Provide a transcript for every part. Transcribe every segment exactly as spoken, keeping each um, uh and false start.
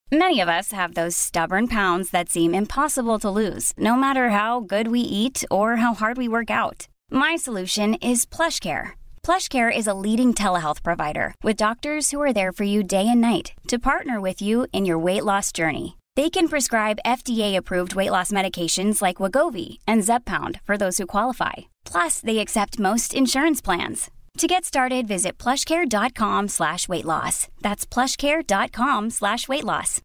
Many of us have those stubborn pounds that seem impossible to lose, no matter how good we eat or how hard we work out. My solution is PlushCare. PlushCare is a leading telehealth provider with doctors who are there for you day and night to partner with you in your weight loss journey. They can prescribe F D A-approved weight loss medications like Wegovy and Zepbound for those who qualify. Plus, they accept most insurance plans. To get started, visit plushcare.com slash weight loss. That's plushcare.com slash weight loss.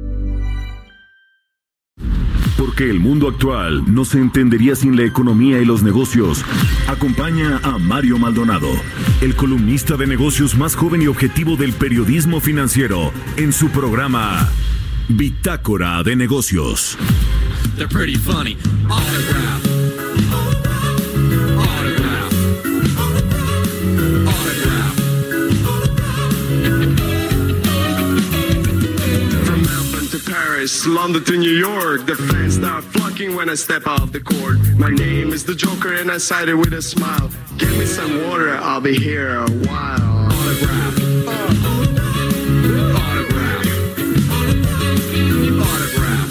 Porque el mundo actual no se entendería sin la economía y los negocios. Acompaña a Mario Maldonado, el columnista de negocios más joven y objetivo del periodismo financiero, en su programa Bitácora de Negocios. They're pretty funny. Autograph. Paris, London to New York, the fans start flocking when I step off the court. My name is the Joker and I cite it with a smile. Give me some water, I'll be here a while. Autograph. Autograph. Autograph.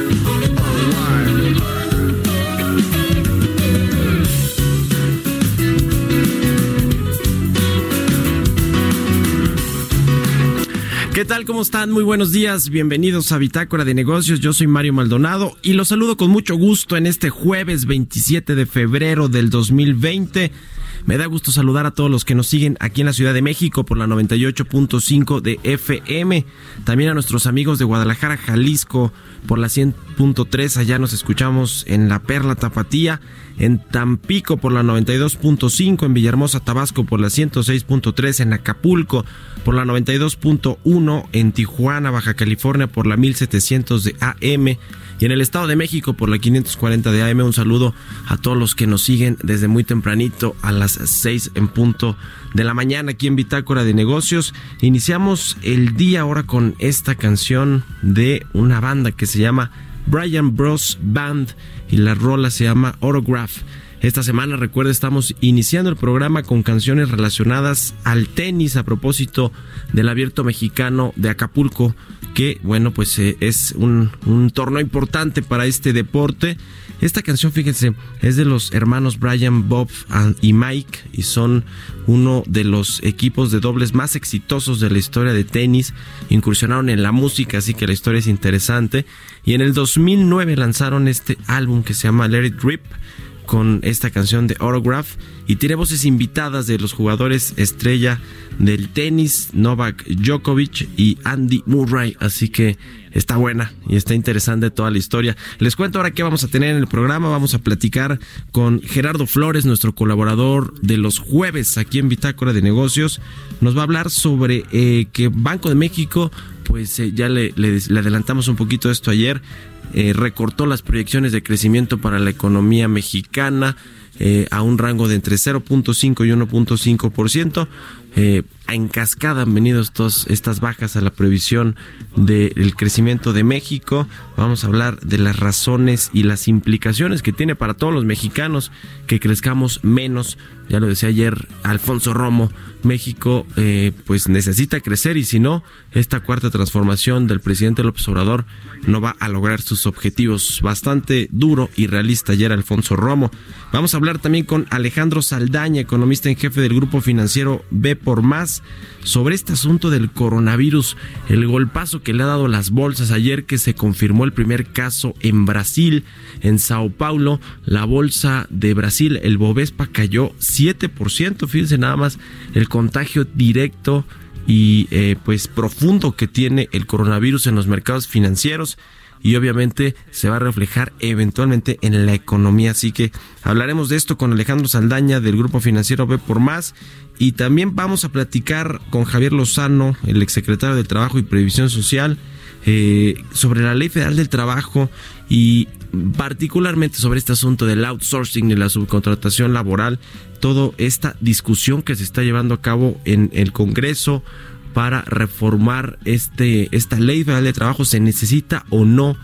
¿Qué tal? ¿Cómo están? Muy buenos días. Bienvenidos a Bitácora de Negocios. Yo soy Mario Maldonado y los saludo con mucho gusto en este jueves veintisiete de febrero del dos mil veinte. Me da gusto saludar a todos los que nos siguen aquí en la Ciudad de México por la noventa y ocho punto cinco de F M. También a nuestros amigos de Guadalajara, Jalisco por la cien punto tres. Allá nos escuchamos en La Perla, Tapatía. En Tampico por la noventa y dos punto cinco, en Villahermosa, Tabasco por la ciento seis punto tres, en Acapulco por la noventa y dos punto uno, en Tijuana, Baja California por la mil setecientos de A M y en el Estado de México por la quinientos cuarenta de A M. Un saludo a todos los que nos siguen desde muy tempranito a las seis en punto de la mañana aquí en Bitácora de Negocios. Iniciamos el día ahora con esta canción de una banda que se llama Brian Bros Band y la rola se llama Autograph. Esta semana, recuerda, estamos iniciando el programa con canciones relacionadas al tenis a propósito del Abierto Mexicano de Acapulco, que, bueno, pues eh, es un, un torneo importante para este deporte. Esta canción, fíjense, es de los hermanos Brian, Bob y Mike y son uno de los equipos de dobles más exitosos de la historia de tenis. Incursionaron en la música, así que la historia es interesante. Y en el dos mil nueve lanzaron este álbum que se llama Let It Rip, con esta canción de Autograph, y tiene voces invitadas de los jugadores estrella del tenis, Novak Djokovic y Andy Murray, así que está buena y está interesante toda la historia. Les cuento ahora qué vamos a tener en el programa. Vamos a platicar con Gerardo Flores, nuestro colaborador de los jueves aquí en Bitácora de Negocios. Nos va a hablar sobre eh, que Banco de México, pues eh, ya le, le, le adelantamos un poquito esto ayer, Eh, recortó las proyecciones de crecimiento para la economía mexicana eh, a un rango de entre cero punto cinco y uno punto cinco por ciento. Eh, en cascada han venido estos, estas bajas a la previsión del crecimiento de México. Vamos a hablar de las razones y las implicaciones que tiene para todos los mexicanos que crezcamos menos. Ya lo decía ayer Alfonso Romo, México eh, pues necesita crecer y si no, esta cuarta transformación del presidente López Obrador no va a lograr sus objetivos. Bastante duro y realista ayer Alfonso Romo. Vamos a hablar también con Alejandro Saldaña, economista en jefe del grupo financiero B por Más, sobre este asunto del coronavirus, el golpazo que le ha dado las bolsas. Ayer que se confirmó el primer caso en Brasil, en Sao Paulo, la bolsa de Brasil, el Bovespa, cayó siete por ciento. Fíjense nada más el contagio directo y eh, pues profundo que tiene el coronavirus en los mercados financieros, y obviamente se va a reflejar eventualmente en la economía. Así que hablaremos de esto con Alejandro Saldaña del Grupo Financiero B por Más, y también vamos a platicar con Javier Lozano, el exsecretario de Trabajo y Previsión Social, eh, sobre la Ley Federal del Trabajo y particularmente sobre este asunto del outsourcing y la subcontratación laboral, toda esta discusión que se está llevando a cabo en el Congreso para reformar este esta Ley Federal de Trabajo. ¿Se necesita o no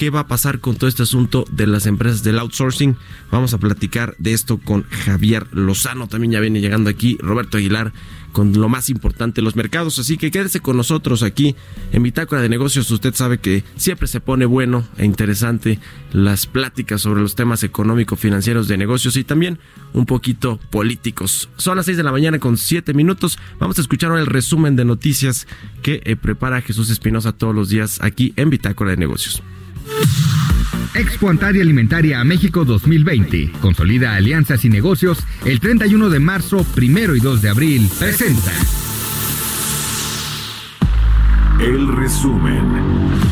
¿qué va a pasar con todo este asunto de las empresas del outsourcing? Vamos a platicar de esto con Javier Lozano, también ya viene llegando aquí Roberto Aguilar con lo más importante de los mercados, así que quédese con nosotros aquí en Bitácora de Negocios. Usted sabe que siempre se pone bueno e interesante las pláticas sobre los temas económico-financieros de negocios y también un poquito políticos. Son las seis de la mañana con siete minutos. Vamos a escuchar ahora el resumen de noticias que eh, prepara Jesús Espinosa todos los días aquí en Bitácora de Negocios. Expo Antaria Alimentaria a México dos mil veinte. Consolida alianzas y negocios. El treinta y uno de marzo, primero y dos de abril. Presenta. El resumen.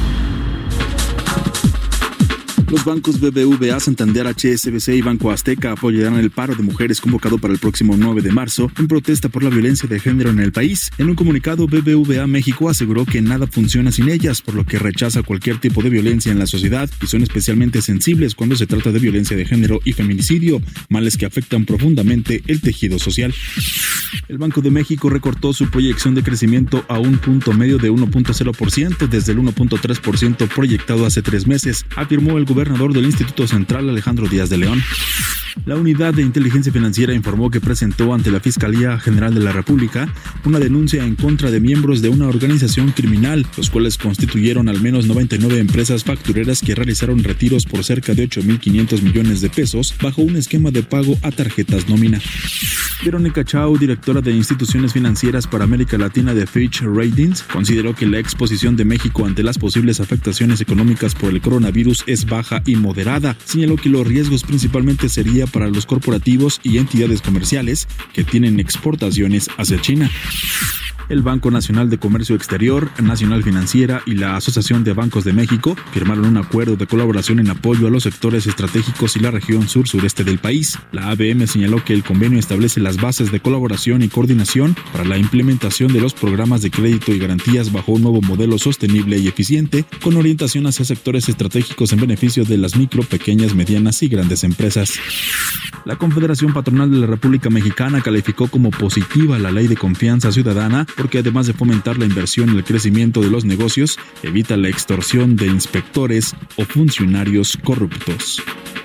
Los bancos B B V A, Santander, H S B C y Banco Azteca apoyarán el paro de mujeres convocado para el próximo nueve de marzo en protesta por la violencia de género en el país. En un comunicado, B B V A México aseguró que nada funciona sin ellas, por lo que rechaza cualquier tipo de violencia en la sociedad y son especialmente sensibles cuando se trata de violencia de género y feminicidio, males que afectan profundamente el tejido social. El Banco de México recortó su proyección de crecimiento a un punto medio de uno punto cero por ciento desde el uno punto tres por ciento proyectado hace tres meses, afirmó el gobernador gobernador del Instituto Central, Alejandro Díaz de León. La Unidad de Inteligencia Financiera informó que presentó ante la Fiscalía General de la República una denuncia en contra de miembros de una organización criminal, los cuales constituyeron al menos noventa y nueve empresas factureras que realizaron retiros por cerca de ocho mil quinientos millones de pesos bajo un esquema de pago a tarjetas nómina. Verónica Chao, directora de instituciones financieras para América Latina de Fitch Ratings, consideró que la exposición de México ante las posibles afectaciones económicas por el coronavirus es baja y moderada. Señaló que los riesgos principalmente serían para los corporativos y entidades comerciales que tienen exportaciones hacia China. El Banco Nacional de Comercio Exterior, Nacional Financiera y la Asociación de Bancos de México firmaron un acuerdo de colaboración en apoyo a los sectores estratégicos y la región sur-sureste del país. La A B M señaló que el convenio establece las bases de colaboración y coordinación para la implementación de los programas de crédito y garantías bajo un nuevo modelo sostenible y eficiente, con orientación hacia sectores estratégicos en beneficio de las micro, pequeñas, medianas y grandes empresas. La Confederación Patronal de la República Mexicana calificó como positiva la Ley de Confianza Ciudadana porque además de fomentar la inversión y el crecimiento de los negocios, evita la extorsión de inspectores o funcionarios corruptos.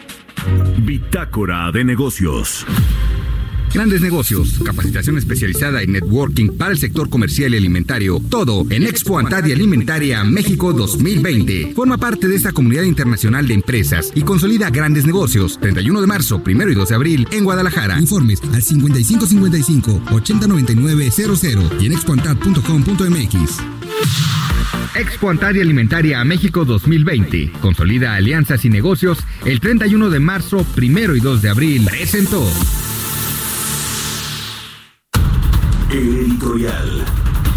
Bitácora de Negocios. Grandes negocios, capacitación especializada y networking para el sector comercial y alimentario. Todo en Expo Antaria Alimentaria México dos mil veinte. Forma parte de esta comunidad internacional de empresas y consolida grandes negocios. treinta y uno de marzo, primero y dos de abril en Guadalajara. Informes al cincuenta y cinco cincuenta y cinco, ochenta noventa y nueve cero cero y en expoantad punto com punto m x. Expo Antaria Alimentaria México dos mil veinte. Consolida alianzas y negocios. El treinta y uno de marzo, primero y dos de abril. Presentó. Editorial.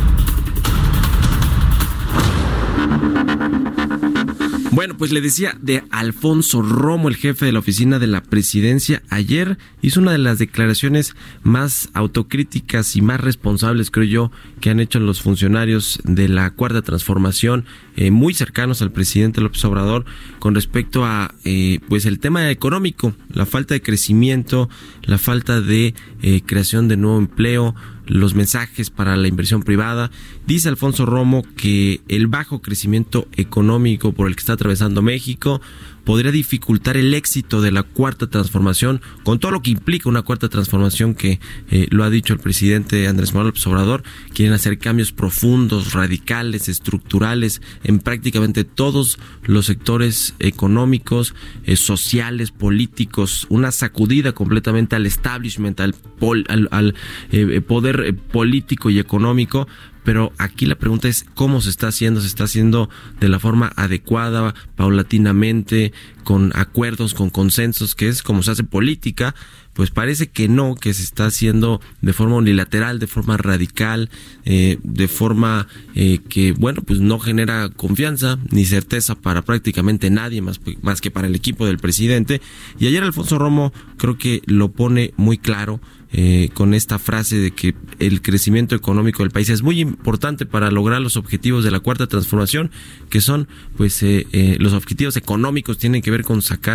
Bueno, pues le decía de Alfonso Romo, el jefe de la oficina de la presidencia, ayer hizo una de las declaraciones más autocríticas y más responsables, creo yo, que han hecho los funcionarios de la Cuarta Transformación, eh, muy cercanos al presidente López Obrador, con respecto a eh, pues el tema económico, la falta de crecimiento, la falta de eh, creación de nuevo empleo, los mensajes para la inversión privada. Dice Alfonso Romo que el bajo crecimiento económico por el que está atravesando México podría dificultar el éxito de la Cuarta Transformación, con todo lo que implica una Cuarta Transformación que eh, lo ha dicho el presidente Andrés Manuel López Obrador. Quieren hacer cambios profundos, radicales, estructurales en prácticamente todos los sectores económicos, eh, sociales, políticos, una sacudida completamente al establishment, al, pol, al, al eh, poder eh, político y económico. Pero aquí la pregunta es cómo se está haciendo, se está haciendo de la forma adecuada, paulatinamente, con acuerdos, con consensos, que es como se hace política. Pues parece que no, que se está haciendo de forma unilateral, de forma radical, eh, de forma eh, que, bueno, pues no genera confianza ni certeza para prácticamente nadie más, más que para el equipo del presidente. Y ayer Alfonso Romo creo que lo pone muy claro, Eh, con esta frase de que el crecimiento económico del país es muy importante para lograr los objetivos de la Cuarta Transformación, que son, pues, eh, eh, los objetivos económicos tienen que ver con sacar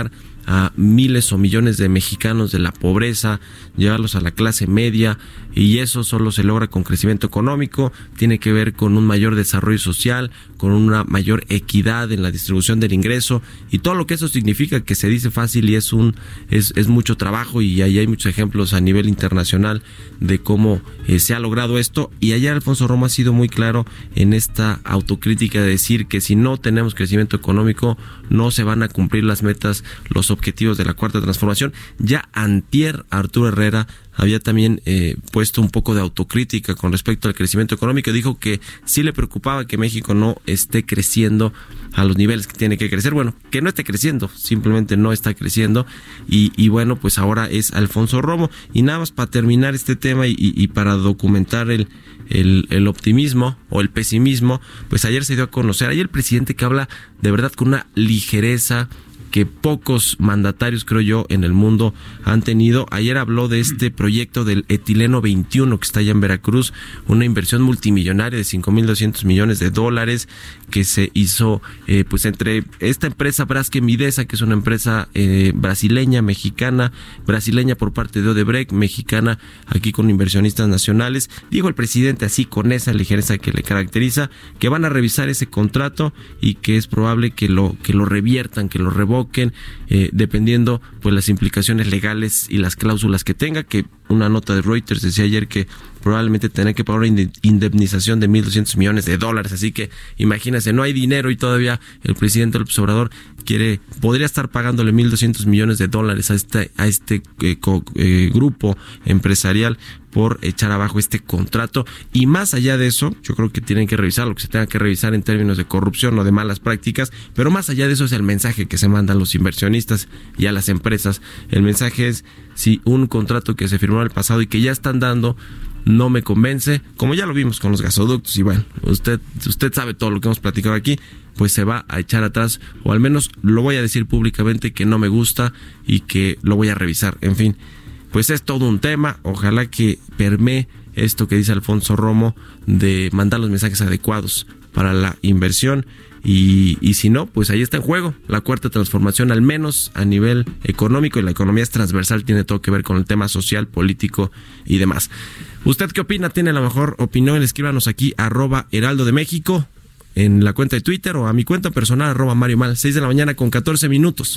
a miles o millones de mexicanos de la pobreza, llevarlos a la clase media, y eso solo se logra con crecimiento económico. Tiene que ver con un mayor desarrollo social, con una mayor equidad en la distribución del ingreso, y todo lo que eso significa, que se dice fácil y es un es, es mucho trabajo, y ahí hay muchos ejemplos a nivel internacional de cómo eh, se ha logrado esto. Y ayer Alfonso Romo ha sido muy claro en esta autocrítica de decir que si no tenemos crecimiento económico no se van a cumplir las metas, los objetivos de la Cuarta Transformación. Ya antier Arturo Herrera había también eh, puesto un poco de autocrítica con respecto al crecimiento económico. Dijo que sí le preocupaba que México no esté creciendo a los niveles que tiene que crecer. Bueno, que no esté creciendo, simplemente no está creciendo. Y, y bueno, pues ahora es Alfonso Romo. Y nada más para terminar este tema y, y para documentar el, el, el optimismo o el pesimismo, pues ayer se dio a conocer, ayer el presidente, que habla de verdad con una ligereza que pocos mandatarios, creo yo, en el mundo han tenido. Ayer habló de este proyecto del etileno veintiuno que está allá en Veracruz, una inversión multimillonaria de cinco mil doscientos millones de dólares que se hizo eh, pues entre esta empresa Braskem Idesa, que es una empresa eh, brasileña, mexicana, brasileña por parte de Odebrecht, mexicana aquí con inversionistas nacionales. Dijo el presidente, así con esa ligereza que le caracteriza, que van a revisar ese contrato y que es probable que lo que lo reviertan, que lo revoquen, Eh, dependiendo pues las implicaciones legales y las cláusulas que tenga, que una nota de Reuters decía ayer que probablemente tendrá que pagar una indemnización de mil doscientos millones de dólares, así que imagínense, no hay dinero y todavía el presidente López Obrador quiere, podría estar pagándole mil doscientos millones de dólares a este, a este eh, co, eh, grupo empresarial por echar abajo este contrato. Y más allá de eso, yo creo que tienen que revisar lo que se tenga que revisar en términos de corrupción o de malas prácticas, pero más allá de eso es el mensaje que se mandan los inversionistas y a las empresas. El mensaje es, si un contrato que se firmó en el pasado y que ya están dando no me convence, como ya lo vimos con los gasoductos, y bueno, usted, usted sabe todo lo que hemos platicado aquí, pues se va a echar atrás, o al menos lo voy a decir públicamente que no me gusta y que lo voy a revisar. En fin, pues es todo un tema. Ojalá que permee esto que dice Alfonso Romo de mandar los mensajes adecuados para la inversión, y, y si no, pues ahí está en juego la Cuarta Transformación, al menos a nivel económico, y la economía es transversal, tiene todo que ver con el tema social, político y demás. ¿Usted qué opina? ¿Tiene la mejor opinión? Escríbanos aquí, arroba Heraldo de México, en la cuenta de Twitter, o a mi cuenta personal, arroba Mario Mal. seis de la mañana con catorce minutos.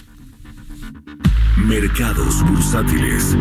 Mercados bursátiles.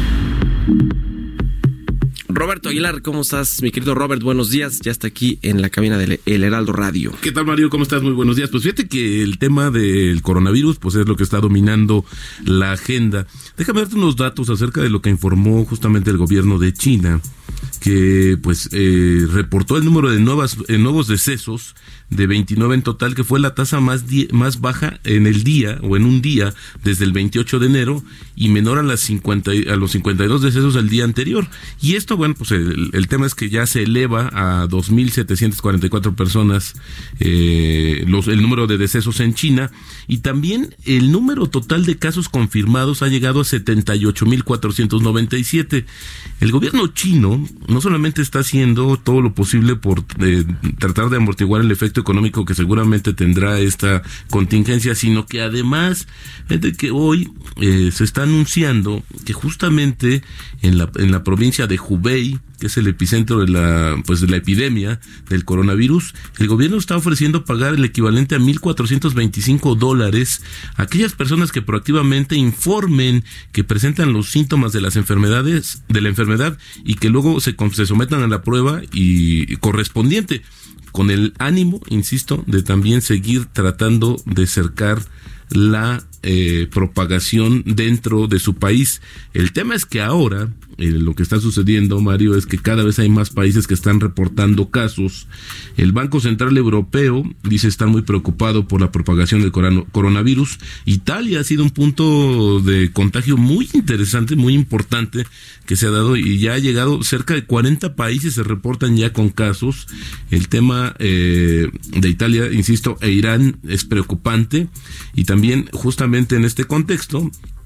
Roberto Aguilar, ¿cómo estás, mi querido Robert? Buenos días, ya está aquí en la cabina del El Heraldo Radio. ¿Qué tal, Mario? ¿Cómo estás? Muy buenos días. Pues fíjate que el tema del coronavirus pues es lo que está dominando la agenda. Déjame darte unos datos acerca de lo que informó justamente el gobierno de China, que pues eh, reportó el número de nuevas eh, nuevos decesos de veintinueve en total, que fue la tasa más die- más baja en el día o en un día desde el veintiocho de enero, y menor a las cincuenta a los cincuenta y dos decesos del día anterior. Y esto, bueno, pues el, el tema es que ya se eleva a dos mil setecientas cuarenta y cuatro personas eh, los el número de decesos en China, y también el número total de casos confirmados ha llegado a setenta y ocho mil cuatrocientos noventa y siete. El gobierno chino no solamente está haciendo todo lo posible por eh, tratar de amortiguar el efecto económico que seguramente tendrá esta contingencia, sino que además es de que hoy eh, se está anunciando que justamente en la en la provincia de Hubei, que es el epicentro de la pues de la epidemia del coronavirus, el gobierno está ofreciendo pagar el equivalente a mil cuatrocientos veinticinco dólares a aquellas personas que proactivamente informen que presentan los síntomas de las enfermedades de la enfermedad y que luego se, se sometan a la prueba y, y correspondiente, con el ánimo, insisto, de también seguir tratando de cercar la eh, propagación dentro de su país. El tema es que ahora eh, lo que está sucediendo, Mario, es que cada vez hay más países que están reportando casos. El Banco Central Europeo dice estar muy preocupado por la propagación del coronavirus. Italia ha sido un punto de contagio muy interesante, muy importante que se ha dado, y ya ha llegado cerca de cuarenta países se reportan ya con casos. El tema eh, de Italia, insisto, e Irán es preocupante, y también justamente en este contexto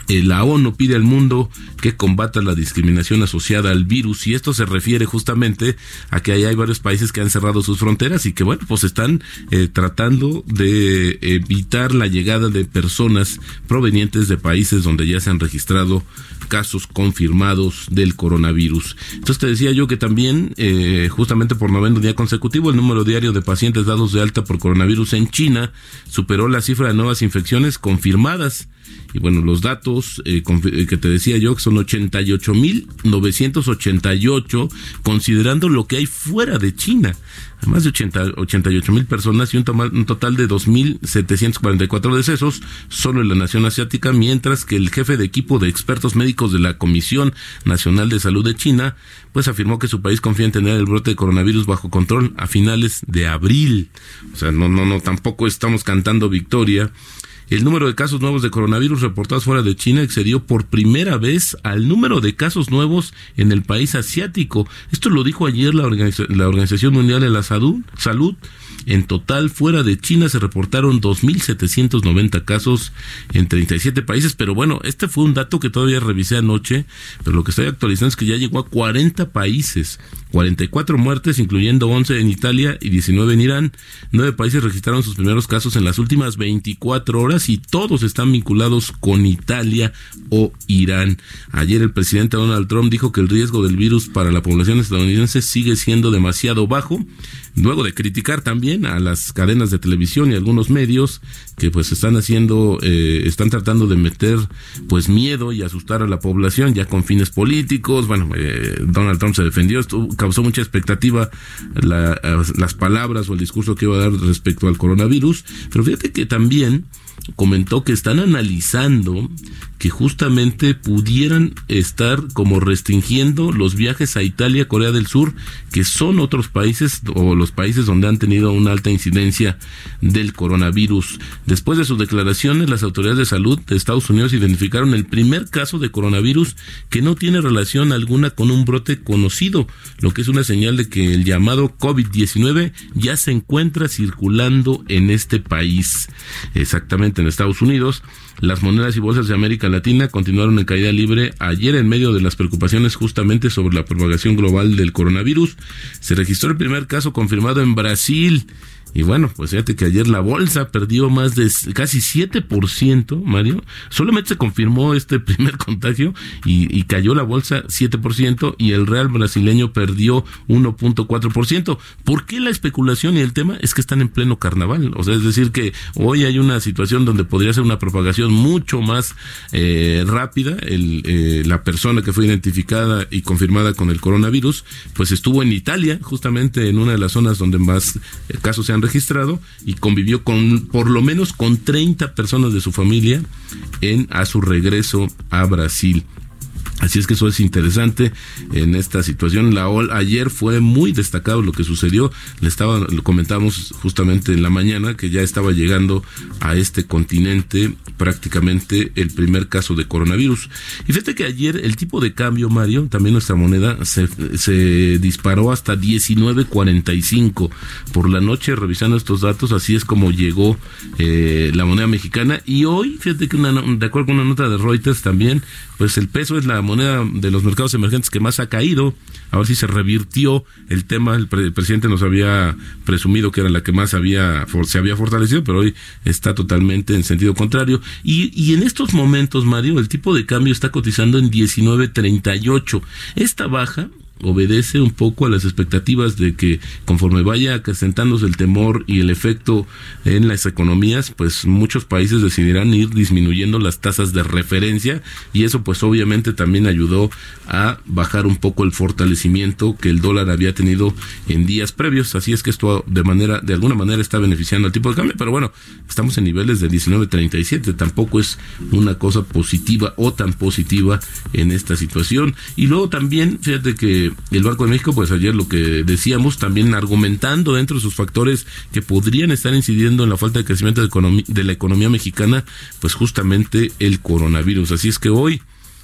La ONU pide al mundo que combata la discriminación asociada al virus, y esto se refiere justamente a que ahí hay varios países que han cerrado sus fronteras y que, bueno, pues están eh, tratando de evitar la llegada de personas provenientes de países donde ya se han registrado casos confirmados del coronavirus. Entonces te decía yo que también, eh, justamente por noveno día consecutivo, el número diario de pacientes dados de alta por coronavirus en China superó la cifra de nuevas infecciones confirmadas. Y bueno, los datos eh, que te decía yo, que son ochenta y ocho mil novecientos ochenta y ocho, considerando lo que hay fuera de China. Más de ochenta y ocho mil personas y un, toma, un total de dos mil setecientos cuarenta y cuatro decesos solo en la nación asiática, mientras que el jefe de equipo de expertos médicos de la Comisión Nacional de Salud de China, pues afirmó que su país confía en tener el brote de coronavirus bajo control a finales de abril. O sea, no, no, no, tampoco estamos cantando victoria. El número de casos nuevos de coronavirus reportados fuera de China excedió por primera vez al número de casos nuevos en el país asiático. Esto lo dijo ayer la, Organiza- la Organización Mundial de la Salud. Salud. En total, fuera de China se reportaron dos mil setecientos noventa casos en treinta y siete países, pero bueno, este fue un dato que todavía revisé anoche, pero lo que estoy actualizando es que ya llegó a cuarenta países, cuarenta y cuatro muertes, incluyendo once en Italia y diecinueve en Irán. Nueve países registraron sus primeros casos en las últimas veinticuatro horas y todos están vinculados con Italia o Irán. Ayer el presidente Donald Trump dijo que el riesgo del virus para la población estadounidense sigue siendo demasiado bajo, luego de criticar también a las cadenas de televisión y algunos medios que pues están haciendo, eh, están tratando de meter pues miedo y asustar a la población ya con fines políticos. Bueno, eh, Donald Trump se defendió, esto causó mucha expectativa la, las palabras o el discurso que iba a dar respecto al coronavirus, pero fíjate que también comentó que están analizando que justamente pudieran estar como restringiendo los viajes a Italia, Corea del Sur, que son otros países o los países donde han tenido una alta incidencia del coronavirus. Después de sus declaraciones, las autoridades de salud de Estados Unidos identificaron el primer caso de coronavirus que no tiene relación alguna con un brote conocido, lo que es una señal de que el llamado COVID diecinueve ya se encuentra circulando en este país. Exactamente, en Estados Unidos, las monedas y bolsas de América Latina continuaron en caída libre ayer en medio de las preocupaciones justamente sobre la propagación global del coronavirus. Se registró el primer caso confirmado en Brasil. Y bueno, pues fíjate que ayer la bolsa perdió más de casi siete por ciento, Mario. Solamente se confirmó este primer contagio y, y cayó la bolsa siete por ciento y el real brasileño perdió uno punto cuatro por ciento. ¿Por qué la especulación y el tema? Es que están en pleno carnaval. O sea, es decir que hoy hay una situación donde podría ser una propagación mucho más eh, rápida. El, eh, la persona que fue identificada y confirmada con el coronavirus, pues estuvo en Italia, justamente en una de las zonas donde más eh, casos se han registrado, y convivió con por lo menos con treinta personas de su familia en a su regreso a Brasil. Así es que eso es interesante en esta situación. La O L ayer fue muy destacado lo que sucedió. Le estaba, lo comentábamos justamente en la mañana que ya estaba llegando a este continente prácticamente el primer caso de coronavirus. Y fíjate que ayer el tipo de cambio, Mario, también nuestra moneda se, se disparó hasta diecinueve cuarenta y cinco por la noche. Revisando estos datos, así es como llegó eh, la moneda mexicana. Y hoy, fíjate que una, de acuerdo con una nota de Reuters también, pues el peso es la moneda de los mercados emergentes que más ha caído. A ver si se revirtió el tema. El, pre- el presidente nos había presumido que era la que más había for- se había fortalecido, pero hoy está totalmente en sentido contrario. Y, y en estos momentos, Mario, el tipo de cambio está cotizando en diecinueve treinta y ocho. Esta baja obedece un poco a las expectativas de que conforme vaya acrecentándose el temor y el efecto en las economías, pues muchos países decidirán ir disminuyendo las tasas de referencia, y eso pues obviamente también ayudó a bajar un poco el fortalecimiento que el dólar había tenido en días previos. Así es que esto de manera de alguna manera está beneficiando al tipo de cambio, pero bueno, estamos en niveles de diecinueve treinta y siete, tampoco es una cosa positiva o tan positiva en esta situación. Y luego también, fíjate que el Banco de México, pues ayer lo que decíamos, también argumentando dentro de sus factores que podrían estar incidiendo en la falta de crecimiento de, economía, de la economía mexicana, pues justamente el coronavirus. Así es que hoy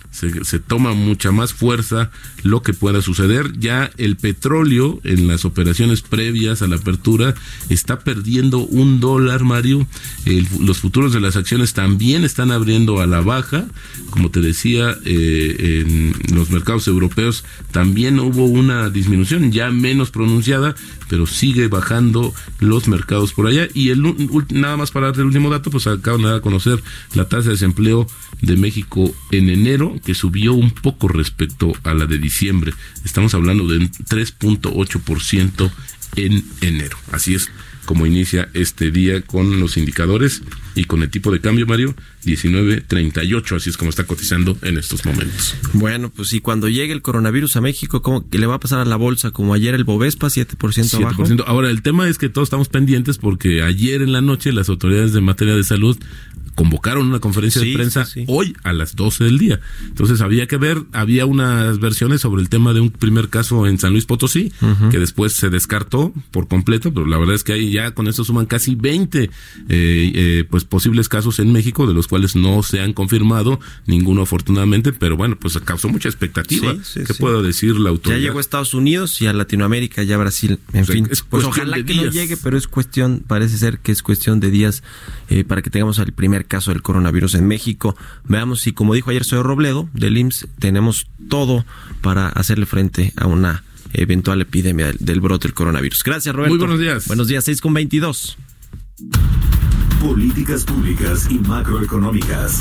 se, se toma mucha más fuerza lo que pueda suceder. Ya el petróleo en las operaciones previas a la apertura está perdiendo un dólar, Mario. El, los futuros de las acciones también están abriendo a la baja. Como te decía, eh, en los mercados europeos también hubo una disminución ya menos pronunciada, pero sigue bajando los mercados por allá. Y el nada más para darte el último dato, pues acaban de dar a conocer la tasa de desempleo de México en enero, que subió un poco respecto a la de diciembre. Estamos hablando de tres punto ocho por ciento en enero. Así es como inicia este día con los indicadores y con el tipo de cambio, Mario, diecinueve treinta y ocho, así es como está cotizando en estos momentos. Bueno, pues y cuando llegue el coronavirus a México, ¿cómo que le va a pasar a la bolsa? Como ayer el Bovespa, siete por ciento abajo. siete por ciento. Ahora, el tema es que todos estamos pendientes porque ayer en la noche las autoridades de materia de salud convocaron una conferencia sí, de prensa sí, sí. hoy a las doce del día. Entonces había que ver, había unas versiones sobre el tema de un primer caso en San Luis Potosí, uh-huh. que después se descartó por completo, pero la verdad es que ahí ya con eso suman casi veinte eh, eh, pues posibles casos en México, de los cuales no se han confirmado ninguno afortunadamente, pero bueno, pues causó mucha expectativa. Sí, sí, ¿Qué sí. puedo decir la autoridad? Ya llegó a Estados Unidos y a Latinoamérica, ya a Brasil, en o sea, fin. Pues ojalá que no llegue, pero es cuestión, parece ser que es cuestión de días eh, para que tengamos el primer caso del coronavirus en México. Veamos si, como dijo ayer Zoe Robledo del I M S S, tenemos todo para hacerle frente a una eventual epidemia del, del brote del coronavirus. Gracias, Roberto. Muy buenos días. Buenos días, seis con veintidós. Políticas públicas y macroeconómicas.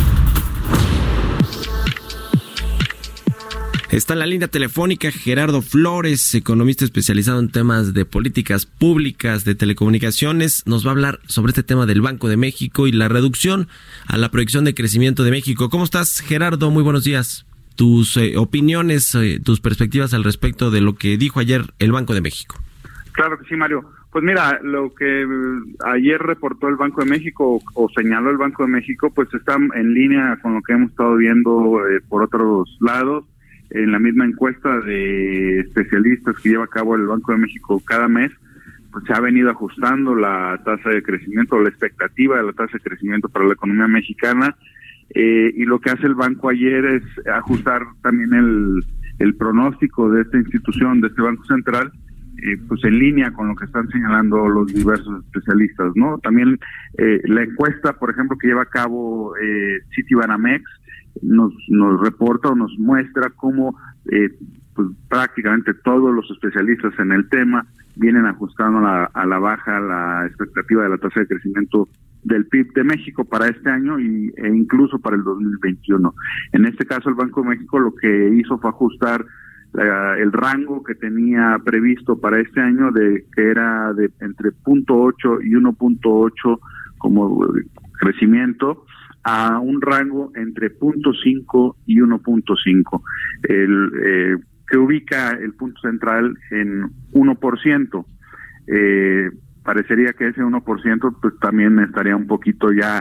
Está en la línea telefónica Gerardo Flores, economista especializado en temas de políticas públicas, de telecomunicaciones. Nos va a hablar sobre este tema del Banco de México y la reducción a la proyección de crecimiento de México. ¿Cómo estás, Gerardo? Muy buenos días. Tus eh, opiniones, eh, tus perspectivas al respecto de lo que dijo ayer el Banco de México. Claro que sí, Mario. Pues mira, lo que ayer reportó el Banco de México o señaló el Banco de México, pues está en línea con lo que hemos estado viendo eh, por otros lados. En la misma encuesta de especialistas que lleva a cabo el Banco de México cada mes, pues se ha venido ajustando la tasa de crecimiento, la expectativa de la tasa de crecimiento para la economía mexicana, eh, y lo que hace el banco ayer es ajustar también el, el pronóstico de esta institución, de este Banco Central, eh, pues en línea con lo que están señalando los diversos especialistas, ¿no? También eh, la encuesta, por ejemplo, que lleva a cabo eh, Citibanamex, nos nos reporta o nos muestra cómo eh, pues prácticamente todos los especialistas en el tema vienen ajustando la, a la baja la expectativa de la tasa de crecimiento del P I B de México para este año y, e incluso para el dos mil veintiuno. En este caso el Banco de México lo que hizo fue ajustar la, el rango que tenía previsto para este año, de que era de entre punto ocho y uno punto ocho como crecimiento, a un rango entre punto cinco y uno punto cinco, el eh, que ubica el punto central en uno por ciento. Eh, parecería que ese uno por ciento pues también estaría un poquito ya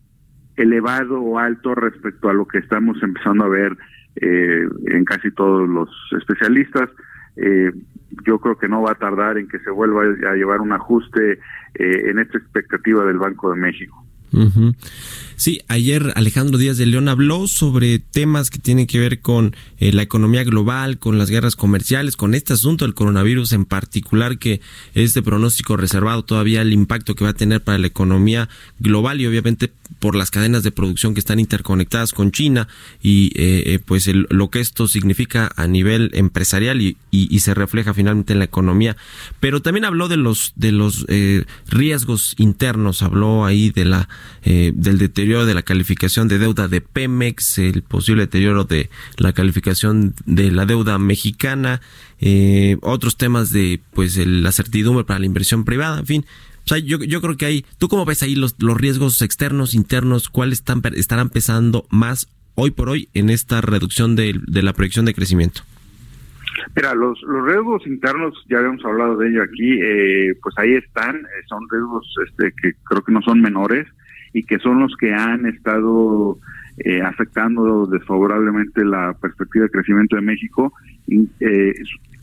elevado o alto respecto a lo que estamos empezando a ver eh, en casi todos los especialistas. Eh, yo creo que no va a tardar en que se vuelva a llevar un ajuste eh, en esta expectativa del Banco de México. Uh-huh. Sí, ayer Alejandro Díaz de León habló sobre temas que tienen que ver con eh, la economía global, con las guerras comerciales, con este asunto del coronavirus en particular, que este pronóstico reservado todavía el impacto que va a tener para la economía global y obviamente por las cadenas de producción que están interconectadas con China y eh, pues el, lo que esto significa a nivel empresarial y, y, y se refleja finalmente en la economía. Pero también habló de los de los eh, riesgos internos, habló ahí de la eh, del deterioro de la calificación de deuda de Pemex, el posible deterioro de la calificación de la deuda mexicana, eh, otros temas de pues el, la certidumbre para la inversión privada, en fin. O sea, yo, yo creo que hay, ¿tú cómo ves ahí los, los riesgos externos, internos? ¿Cuáles están, estarán pesando más hoy por hoy en esta reducción de, de la proyección de crecimiento? Mira, los, los riesgos internos, ya habíamos hablado de ello aquí, eh, pues ahí están, eh, son riesgos este, que creo que no son menores y que son los que han estado eh, afectando desfavorablemente la perspectiva de crecimiento de México, eh,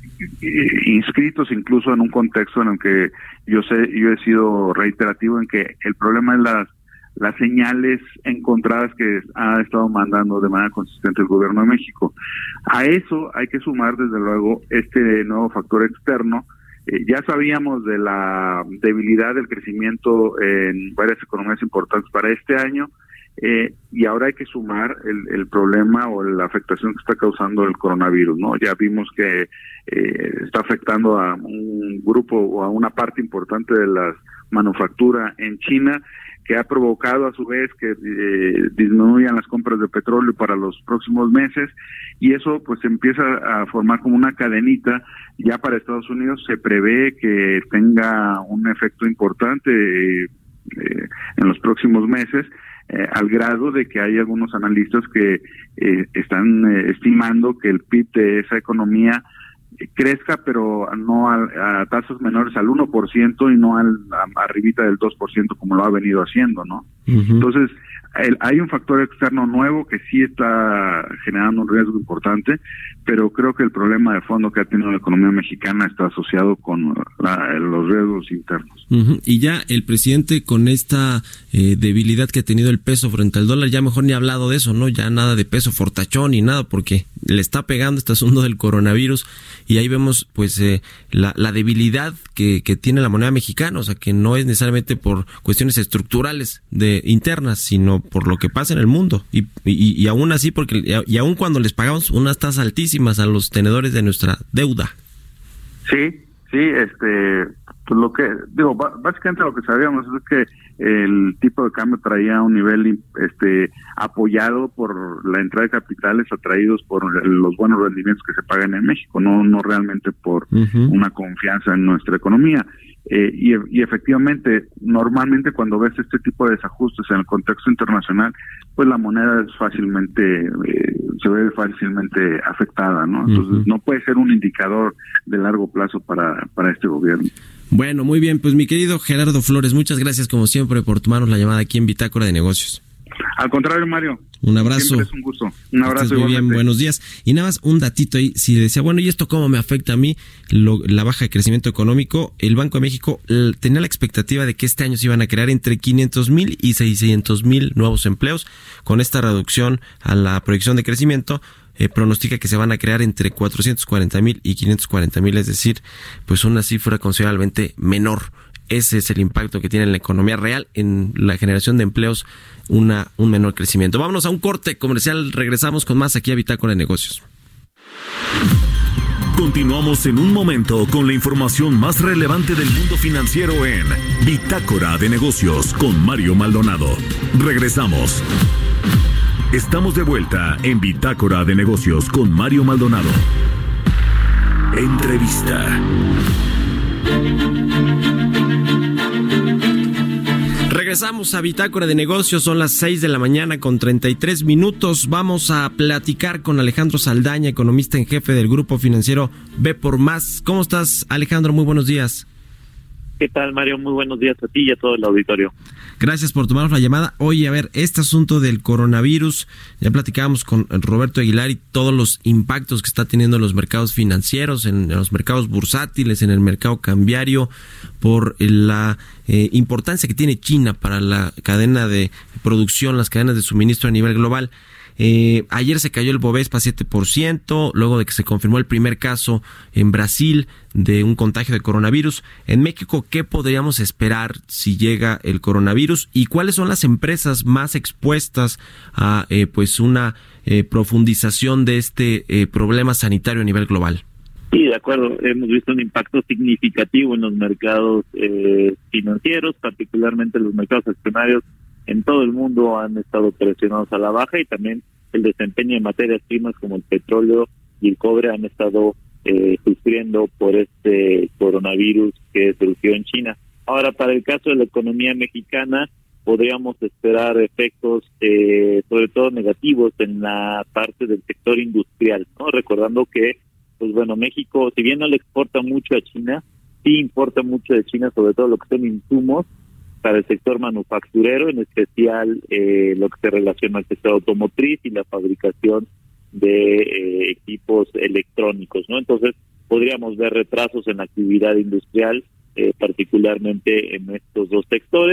inscritos incluso en un contexto en el que yo sé, yo he sido reiterativo en que el problema es la, las señales encontradas que ha estado mandando de manera consistente el gobierno de México. A eso hay que sumar, desde luego, este nuevo factor externo. Eh, ya sabíamos de la debilidad del crecimiento en varias economías importantes para este año, eh, y ahora hay que sumar el, el problema o la afectación que está causando el coronavirus, ¿no? Ya vimos que eh, está afectando a un grupo o a una parte importante de la manufactura en China, que ha provocado a su vez que eh, disminuyan las compras de petróleo para los próximos meses, y eso pues empieza a formar como una cadenita. Ya para Estados Unidos se prevé que tenga un efecto importante eh, eh, en los próximos meses, eh, al grado de que hay algunos analistas que eh, están eh, estimando que el P I B de esa economía crezca, pero no a, a tasas menores al uno por ciento y no al a, arribita del dos por ciento como lo ha venido haciendo, ¿no? Uh-huh. Entonces, el, hay un factor externo nuevo que sí está generando un riesgo importante, pero creo que el problema de fondo que ha tenido la economía mexicana está asociado con la, los riesgos internos. Uh-huh. Y ya el presidente, con esta eh, debilidad que ha tenido el peso frente al dólar, ya mejor ni ha hablado de eso, ¿no? Ya nada de peso fortachón ni nada, porque le está pegando este asunto del coronavirus, y ahí vemos pues eh, la, la debilidad que, que tiene la moneda mexicana, o sea, que no es necesariamente por cuestiones estructurales de internas, sino por lo que pasa en el mundo, y, y, y aún así, porque y, y aún cuando les pagamos unas tasas altísimas a los tenedores de nuestra deuda. Sí, sí, este, pues lo que, digo, básicamente lo que sabíamos es que el tipo de cambio traía un nivel este apoyado por la entrada de capitales atraídos por los buenos rendimientos que se pagan en México, no no realmente por uh-huh. una confianza en nuestra economía. Eh, y, y efectivamente, normalmente cuando ves este tipo de desajustes en el contexto internacional, pues la moneda es fácilmente, eh, se ve fácilmente afectada, ¿no? Entonces uh-huh. no puede ser un indicador de largo plazo para, para este gobierno. Bueno, muy bien, pues mi querido Gerardo Flores, muchas gracias como siempre por tomarnos la llamada aquí en Bitácora de Negocios. Al contrario, Mario. Un abrazo. Siempre es un gusto. Un abrazo. Muy bien, buenos días. Y nada más un datito ahí, si decía, bueno, ¿y esto cómo me afecta a mí? Lo, la baja de crecimiento económico. El Banco de México l- tenía la expectativa de que este año se iban a crear entre quinientos mil y seiscientos mil nuevos empleos. Con esta reducción a la proyección de crecimiento, eh, pronostica que se van a crear entre cuatrocientos cuarenta mil y quinientos cuarenta mil, es decir, pues una cifra considerablemente menor. Ese es el impacto que tiene en la economía real, en la generación de empleos, una un menor crecimiento. Vámonos a un corte comercial, regresamos con más aquí a Bitácora de Negocios. Continuamos en un momento con la información más relevante del mundo financiero en Bitácora de Negocios con Mario Maldonado. Regresamos. Estamos de vuelta en Bitácora de Negocios con Mario Maldonado. Entrevista. Regresamos a Bitácora de Negocios, son las seis de la mañana con treinta y tres minutos. Vamos a platicar con Alejandro Saldaña, economista en jefe del grupo financiero B por Más. ¿Cómo estás, Alejandro? Muy buenos días. ¿Qué tal, Mario? Muy buenos días a ti y a todo el auditorio. Gracias por tomarnos la llamada. Oye, a ver, este asunto del coronavirus, ya platicábamos con Roberto Aguilar y todos los impactos que está teniendo en los mercados financieros, en los mercados bursátiles, en el mercado cambiario, por la eh, importancia que tiene China para la cadena de producción, las cadenas de suministro a nivel global. Eh, ayer se cayó el Bovespa siete por ciento, luego de que se confirmó el primer caso en Brasil de un contagio de coronavirus. En México, ¿qué podríamos esperar si llega el coronavirus? ¿Y cuáles son las empresas más expuestas a eh, pues una eh, profundización de este eh, problema sanitario a nivel global? Sí, de acuerdo. Hemos visto un impacto significativo en los mercados eh, financieros, particularmente los mercados accionarios. En todo el mundo han estado presionados a la baja, y también el desempeño de materias primas como el petróleo y el cobre han estado eh, sufriendo por este coronavirus que surgió en China. Ahora, para el caso de la economía mexicana, podríamos esperar efectos eh, sobre todo negativos en la parte del sector industrial, ¿no? Recordando que, pues bueno, México, si bien no le exporta mucho a China, sí importa mucho de China, sobre todo lo que son insumos para el sector manufacturero, en especial eh, lo que se relaciona al sector automotriz y la fabricación de eh, equipos electrónicos, ¿no? Entonces, podríamos ver retrasos en la actividad industrial, eh, particularmente en estos dos sectores.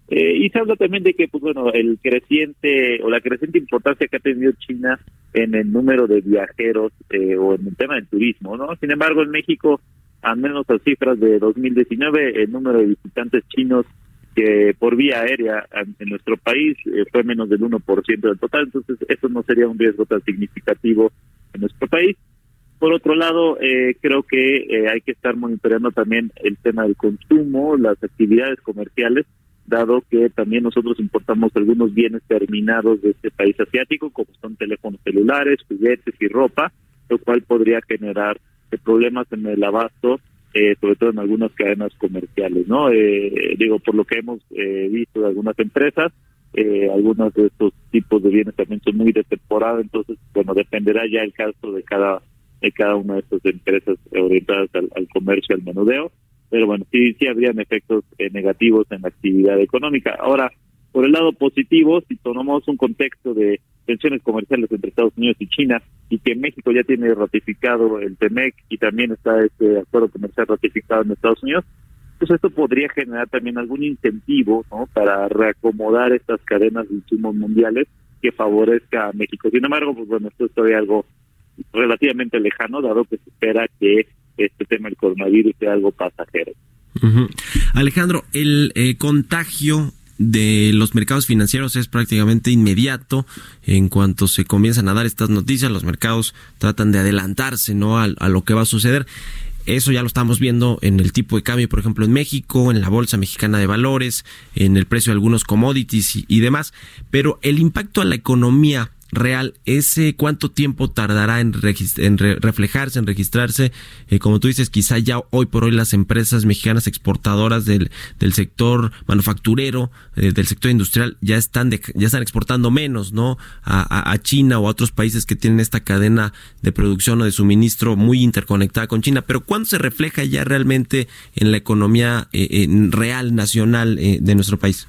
Eh, y se habla también de que, pues bueno, el creciente o la creciente importancia que ha tenido China en el número de viajeros eh, o en el tema del turismo, ¿no? Sin embargo, en México, al menos las cifras de dos mil diecinueve, el número de visitantes chinos que por vía aérea en, en nuestro país eh, fue menos del uno por ciento del total, entonces eso no sería un riesgo tan significativo en nuestro país. Por otro lado, eh, creo que eh, hay que estar monitoreando también el tema del consumo, las actividades comerciales, dado que también nosotros importamos algunos bienes terminados de este país asiático, como son teléfonos celulares, juguetes y ropa, lo cual podría generar eh, problemas en el abasto, eh, sobre todo en algunas cadenas comerciales, ¿no? Eh, digo, por lo que hemos eh, visto de algunas empresas, eh, algunos de estos tipos de bienes también son muy de temporada, entonces, bueno, dependerá ya el caso de cada de cada una de estas empresas orientadas al, al comercio, al menudeo, pero bueno, sí sí habrían efectos eh, negativos en la actividad económica. Ahora, por el lado positivo, si tomamos un contexto de tensiones comerciales entre Estados Unidos y China, y que México ya tiene ratificado el T M E C y también está este acuerdo comercial ratificado en Estados Unidos, pues esto podría generar también algún incentivo, ¿no?, para reacomodar estas cadenas de insumos mundiales que favorezca a México. Sin embargo, pues bueno, esto es todavía algo relativamente lejano, dado que se espera que este tema del coronavirus sea algo pasajero. Uh-huh. Alejandro, el eh, contagio de los mercados financieros es prácticamente inmediato. En cuanto se comienzan a dar estas noticias, los mercados tratan de adelantarse, ¿no?, a, a lo que va a suceder. Eso ya lo estamos viendo en el tipo de cambio, por ejemplo, en México, en la Bolsa Mexicana de Valores, en el precio de algunos commodities y, y demás. Pero el impacto a la economía real, ese cuánto tiempo tardará en, regist- en re- reflejarse, en registrarse, eh, como tú dices, quizá ya hoy por hoy las empresas mexicanas exportadoras del, del sector manufacturero, eh, del sector industrial, ya están de, ya están exportando menos, ¿no?, a, a, a China o a otros países que tienen esta cadena de producción o de suministro muy interconectada con China. Pero ¿cuándo se refleja ya realmente en la economía eh, en real, nacional eh, de nuestro país?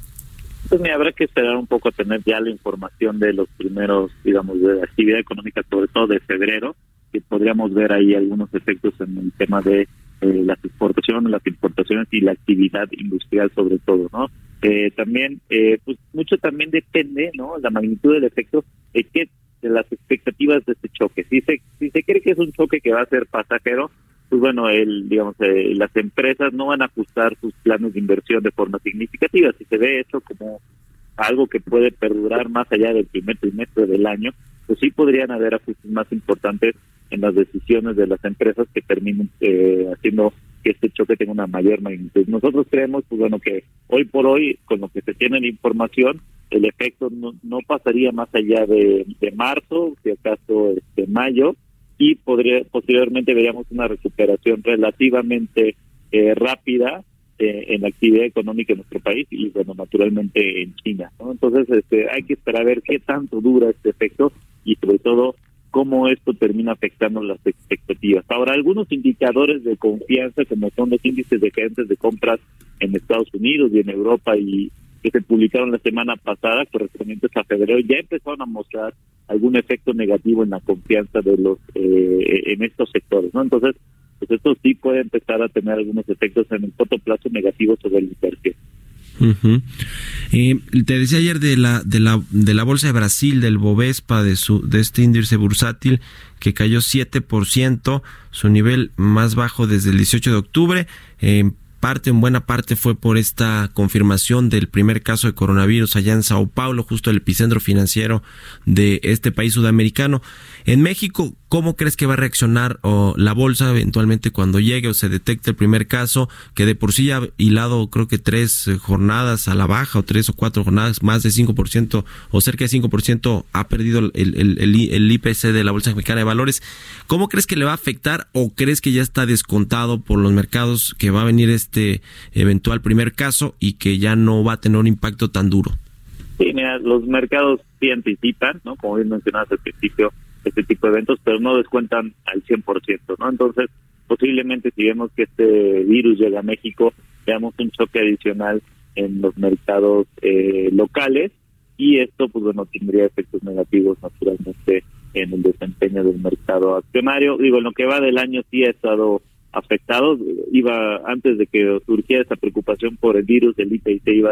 Pues me habrá que esperar un poco a tener ya la información de los primeros, digamos, de la actividad económica, sobre todo de febrero, que podríamos ver ahí algunos efectos en el tema de eh, las exportaciones, las importaciones y la actividad industrial sobre todo, ¿no? Eh, también, eh, pues mucho también depende, ¿no?, la magnitud del efecto de que de las expectativas de este choque. Si se si se cree que es un choque que va a ser pasajero, pues bueno, el, digamos, eh, las empresas no van a ajustar sus planes de inversión de forma significativa. Si se ve eso como algo que puede perdurar más allá del primer trimestre del año, pues sí podrían haber ajustes más importantes en las decisiones de las empresas que terminen eh, haciendo que este choque tenga una mayor magnitud. Nosotros creemos, pues bueno, que hoy por hoy, con lo que se tiene la información, el efecto no, no pasaría más allá de, de marzo, si acaso de mayo, y podría, posteriormente veríamos una recuperación relativamente eh, rápida eh, en la actividad económica en nuestro país y, bueno, naturalmente en China, ¿no? Entonces, este, hay que esperar a ver qué tanto dura este efecto y, sobre todo, cómo esto termina afectando las expectativas. Ahora, algunos indicadores de confianza, como son los índices de gerentes de compras en Estados Unidos y en Europa y que se publicaron la semana pasada, correspondientes a febrero, ya empezaron a mostrar algún efecto negativo en la confianza de los eh, en estos sectores, ¿no? Entonces, pues esto sí puede empezar a tener algunos efectos en el corto plazo negativos sobre la inversión. Uh-huh. Eh, te decía ayer de la de la de la bolsa de Brasil, del Bovespa, de su de este índice bursátil que cayó siete por ciento, su nivel más bajo desde el dieciocho de octubre. Eh, parte, en buena parte fue por esta confirmación del primer caso de coronavirus allá en Sao Paulo, justo el epicentro financiero de este país sudamericano. En México, ¿cómo crees que va a reaccionar o la bolsa eventualmente cuando llegue o se detecte el primer caso, que de por sí ya ha hilado creo que tres jornadas a la baja o tres o cuatro jornadas, más de cinco por ciento o cerca de cinco por ciento ha perdido el, el, el, el I P C de la Bolsa Mexicana de Valores? ¿Cómo crees que le va a afectar o crees que ya está descontado por los mercados que va a venir este eventual primer caso y que ya no va a tener un impacto tan duro? Sí, mira, los mercados sí anticipan, ¿no?, como bien mencionabas al principio, este tipo de eventos, pero no descuentan al cien por ciento, ¿no? Entonces, posiblemente si vemos que este virus llega a México, veamos un choque adicional en los mercados eh, locales y esto, pues bueno, tendría efectos negativos naturalmente en el desempeño del mercado accionario. Digo, en lo que va del año sí ha estado afectado. Iba, antes de que surgiera esta preocupación por el virus, el I P C iba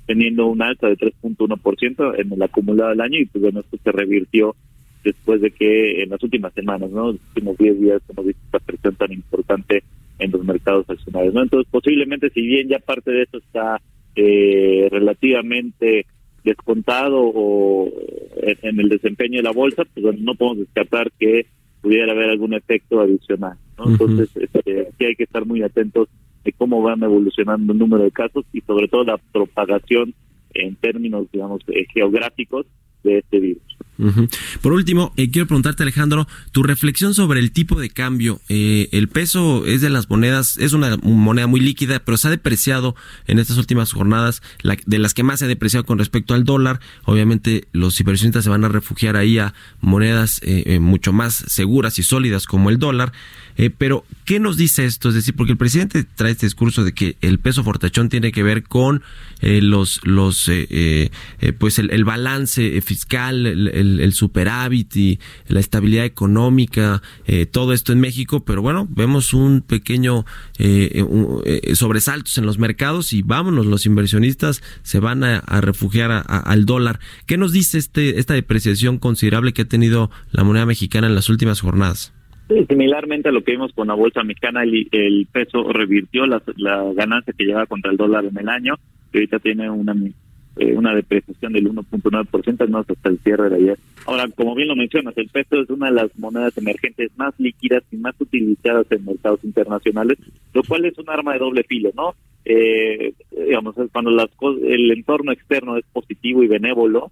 teniendo un alza de tres punto uno por ciento en el acumulado del año, y pues bueno, esto se revirtió después de que en las últimas semanas, ¿no? Los últimos diez días hemos visto esta presión tan importante en los mercados accionarios, ¿no? Entonces, posiblemente, si bien ya parte de eso está eh, relativamente descontado o en, en el desempeño de la bolsa, pues bueno, no podemos descartar que pudiera haber algún efecto adicional, ¿no? Uh-huh. Entonces, este, sí hay que estar muy atentos de cómo van evolucionando el número de casos y sobre todo la propagación en términos, digamos, eh, geográficos de este virus. Uh-huh. Por último, eh, quiero preguntarte, Alejandro, tu reflexión sobre el tipo de cambio. Eh, el peso es de las monedas, es una moneda muy líquida, pero se ha depreciado en estas últimas jornadas, la, de las que más se ha depreciado con respecto al dólar. Obviamente los inversionistas se van a refugiar ahí a monedas eh, eh, mucho más seguras y sólidas como el dólar. Eh, pero, ¿qué nos dice esto? Es decir, porque el presidente trae este discurso de que el peso fortachón tiene que ver con eh, los, los, eh, eh, pues el, el balance fiscal, el, el, el superávit y la estabilidad económica, eh, todo esto en México. Pero bueno, vemos un pequeño eh, un, eh, sobresaltos en los mercados y vámonos, los inversionistas se van a, a refugiar a, a, al dólar. ¿Qué nos dice este esta depreciación considerable que ha tenido la moneda mexicana en las últimas jornadas? Sí, similarmente a lo que vimos con la bolsa mexicana, el, el peso revirtió la, la ganancia que llevaba contra el dólar en el año, que ahorita tiene una eh, una depreciación del uno punto nueve por ciento, no hasta el cierre de ayer. Ahora, como bien lo mencionas, el peso es una de las monedas emergentes más líquidas y más utilizadas en mercados internacionales, lo cual es un arma de doble filo, ¿no? Eh, digamos, cuando las cosas, el entorno externo es positivo y benévolo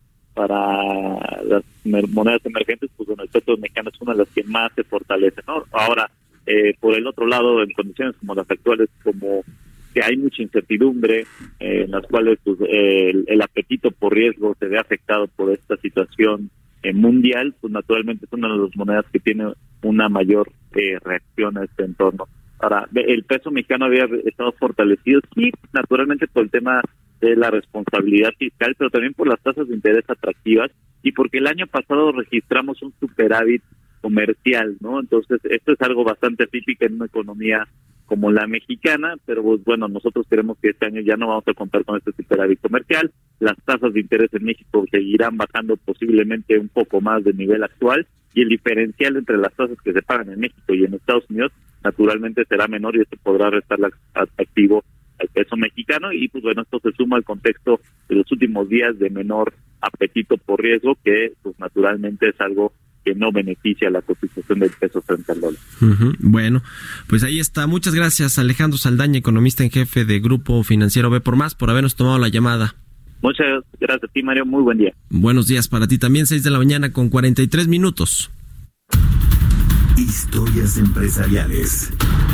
para las monedas emergentes, pues bueno, el peso mexicano es una de las que más se fortalece, ¿no? Ahora, eh, por el otro lado, en condiciones como las actuales, como que hay mucha incertidumbre, eh, en las cuales pues eh, el, el apetito por riesgo se ve afectado por esta situación eh, mundial, pues naturalmente es una de las monedas que tiene una mayor eh, reacción a este entorno. Ahora, el peso mexicano había estado fortalecido, sí, naturalmente por el tema de la responsabilidad fiscal, pero también por las tasas de interés atractivas y porque el año pasado registramos un superávit comercial, ¿no? Entonces, esto es algo bastante típico en una economía como la mexicana, pero pues, bueno, nosotros creemos que este año ya no vamos a contar con este superávit comercial. Las tasas de interés en México seguirán bajando posiblemente un poco más del nivel actual y el diferencial entre las tasas que se pagan en México y en Estados Unidos naturalmente será menor y esto podrá restar atractivo al peso mexicano y pues bueno, esto se suma al contexto de los últimos días de menor apetito por riesgo que pues naturalmente es algo que no beneficia la cotización del peso frente al dólar. Uh-huh. Bueno, pues ahí está. Muchas gracias, Alejandro Saldaña, economista en jefe de Grupo Financiero B por Más, por habernos tomado la llamada. Muchas gracias a ti, Mario. Muy buen día. Buenos días para ti también, seis de la mañana con cuarenta y tres minutos. Historias empresariales.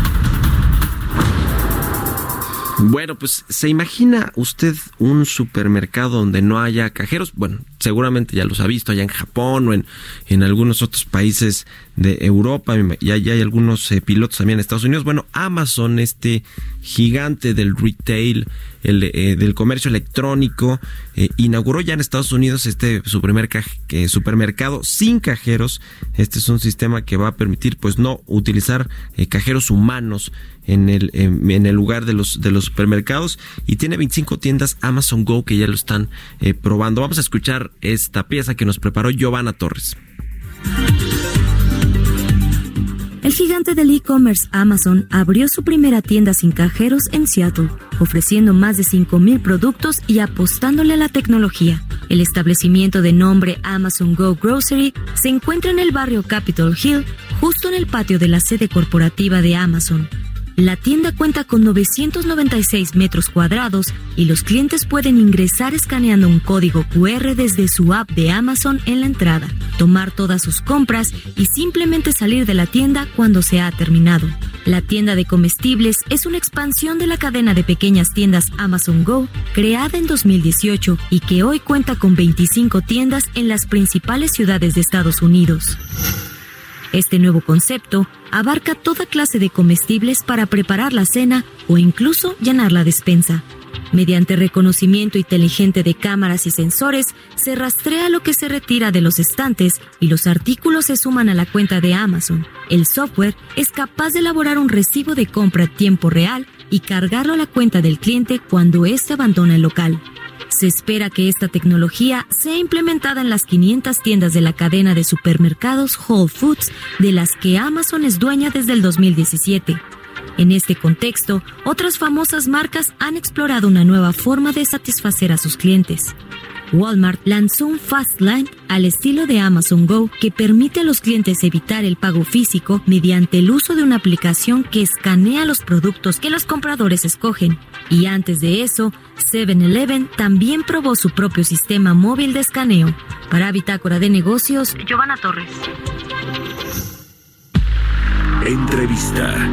Bueno, pues, ¿se imagina usted un supermercado donde no haya cajeros? Bueno, seguramente ya los ha visto allá en Japón o en, en algunos otros países de Europa, y hay, hay algunos eh, pilotos también en Estados Unidos. Bueno, Amazon, este gigante del retail, el eh, del comercio electrónico, eh, inauguró ya en Estados Unidos este su primer caj- eh, supermercado sin cajeros. Este es un sistema que va a permitir, pues, no utilizar eh, cajeros humanos en el en, en el lugar de los de los supermercados, y tiene veinticinco tiendas Amazon Go que ya lo están eh, probando. Vamos a escuchar esta pieza que nos preparó Giovanna Torres. El gigante del e-commerce Amazon abrió su primera tienda sin cajeros en Seattle, ofreciendo más de cinco mil productos y apostándole a la tecnología. El establecimiento de nombre Amazon Go Grocery se encuentra en el barrio Capitol Hill, justo en el patio de la sede corporativa de Amazon. La tienda cuenta con novecientos noventa y seis metros cuadrados y los clientes pueden ingresar escaneando un código cu erre desde su app de Amazon en la entrada, tomar todas sus compras y simplemente salir de la tienda cuando se ha terminado. La tienda de comestibles es una expansión de la cadena de pequeñas tiendas Amazon Go, creada en dos mil dieciocho y que hoy cuenta con veinticinco tiendas en las principales ciudades de Estados Unidos. Este nuevo concepto abarca toda clase de comestibles para preparar la cena o incluso llenar la despensa. Mediante reconocimiento inteligente de cámaras y sensores, se rastrea lo que se retira de los estantes y los artículos se suman a la cuenta de Amazon. El software es capaz de elaborar un recibo de compra a tiempo real y cargarlo a la cuenta del cliente cuando éste abandona el local. Se espera que esta tecnología sea implementada en las quinientas tiendas de la cadena de supermercados Whole Foods, de las que Amazon es dueña desde el dos mil diecisiete. En este contexto, otras famosas marcas han explorado una nueva forma de satisfacer a sus clientes. Walmart lanzó un Fast Lane al estilo de Amazon Go que permite a los clientes evitar el pago físico mediante el uso de una aplicación que escanea los productos que los compradores escogen. Y antes de eso, seven eleven también probó su propio sistema móvil de escaneo. Para Bitácora de Negocios, Giovanna Torres. Entrevista.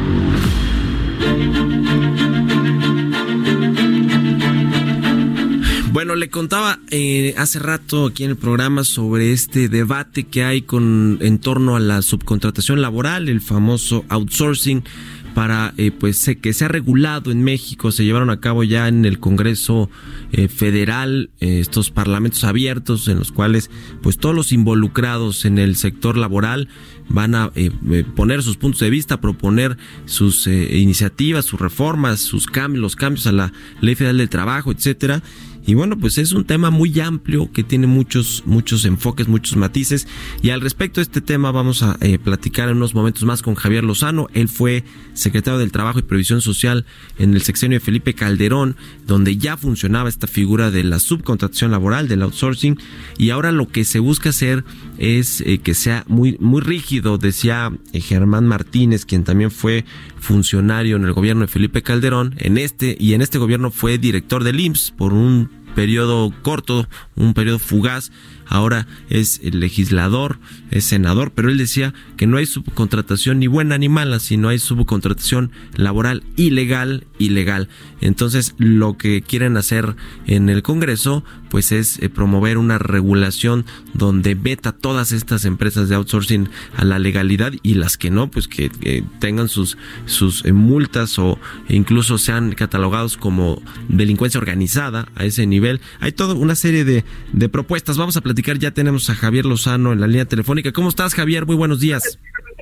Bueno, le contaba eh, hace rato aquí en el programa sobre este debate que hay con en torno a la subcontratación laboral, el famoso outsourcing, para eh, pues que sea regulado en México. Se llevaron a cabo ya en el Congreso eh, Federal eh, estos parlamentos abiertos en los cuales pues todos los involucrados en el sector laboral van a eh, poner sus puntos de vista, proponer sus eh, iniciativas, sus reformas, sus cambios, los cambios a la Ley Federal del Trabajo, etcétera. Y bueno, pues es un tema muy amplio que tiene muchos muchos enfoques, muchos matices. Y al respecto de este tema vamos a eh, platicar en unos momentos más con Javier Lozano. Él fue secretario del Trabajo y Previsión Social en el sexenio de Felipe Calderón, donde ya funcionaba esta figura de la subcontratación laboral, del outsourcing. Y ahora lo que se busca hacer es eh, que sea muy muy rígido, decía eh, Germán Martínez, quien también fue funcionario en el gobierno de Felipe Calderón, en este y en este gobierno fue director del I M S S por un periodo corto, un periodo fugaz. Ahora es el legislador, es senador, pero él decía que no hay subcontratación ni buena ni mala, sino hay subcontratación laboral ilegal, ilegal. Entonces, lo que quieren hacer en el Congreso, pues es eh, promover una regulación donde veta todas estas empresas de outsourcing a la legalidad, y las que no, pues que, que tengan sus sus eh, multas o incluso sean catalogados como delincuencia organizada a ese nivel. Hay toda una serie de, de propuestas. Vamos a platicar. Ya tenemos a Javier Lozano en la línea telefónica. ¿Cómo estás, Javier? Muy buenos días.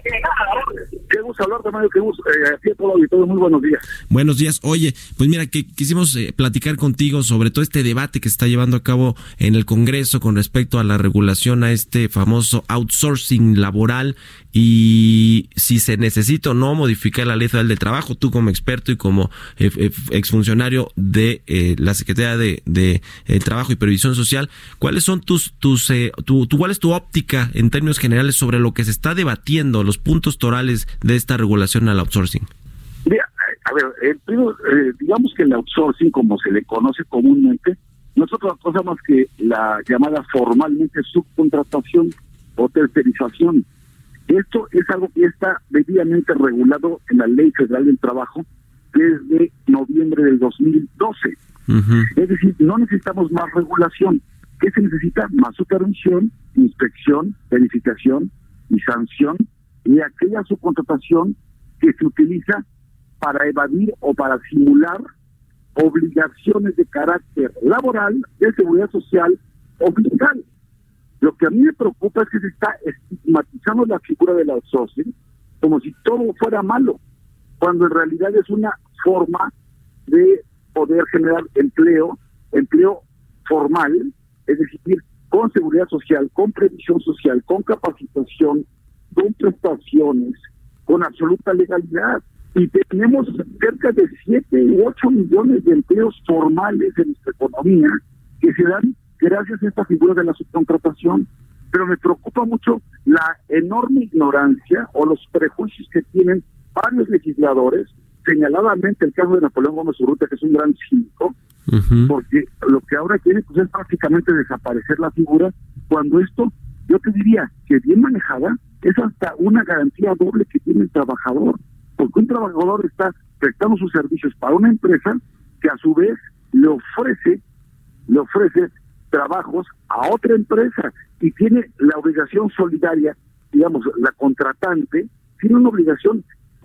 Qué gusto hablar, Mario, qué gusto. Eh, aquí a todo auditorio, muy buenos días. Buenos días. Oye, pues mira, que quisimos eh, platicar contigo sobre todo este debate que se está llevando a cabo en el Congreso con respecto a la regulación a este famoso outsourcing laboral, y si se necesita o no modificar la Ley Federal del Trabajo. Tú, como experto y como eh, eh, exfuncionario de eh, la Secretaría de, de eh, Trabajo y Previsión Social, ¿cuáles son tus tus eh, tu, tu cuál es tu óptica en términos generales sobre lo que se está debatiendo, los puntos torales de esta regulación al outsourcing? Mira, a ver, el primero, eh, digamos que el outsourcing, como se le conoce comúnmente, no es otra cosa más que la llamada formalmente subcontratación o tercerización. Esto es algo que está debidamente regulado en la Ley Federal del Trabajo desde noviembre del dos mil doce. Uh-huh. Es decir, no necesitamos más regulación. ¿Qué se necesita? Más supervisión, inspección, verificación y sanción de aquella subcontratación que se utiliza para evadir o para simular obligaciones de carácter laboral, de seguridad social o fiscal. Lo que a mí me preocupa es que se está estigmatizando la figura del outsourcing como si todo fuera malo, cuando en realidad es una forma de poder generar empleo, empleo formal, es decir, con seguridad social, con previsión social, con capacitación, con prestaciones, con absoluta legalidad. Y tenemos cerca de siete u ocho millones de empleos formales en nuestra economía que se dan gracias a esta figura de la subcontratación. Pero me preocupa mucho la enorme ignorancia o los prejuicios que tienen varios legisladores, señaladamente el caso de Napoleón Gómez Urrutia, que es un gran cínico, uh-huh. porque lo que ahora quiere pues, es prácticamente desaparecer la figura, cuando esto, yo te diría que bien manejada, es hasta una garantía doble que tiene el trabajador, porque un trabajador está prestando sus servicios para una empresa que a su vez le ofrece, le ofrece trabajos a otra empresa y tiene la obligación solidaria, digamos, la contratante tiene una obligación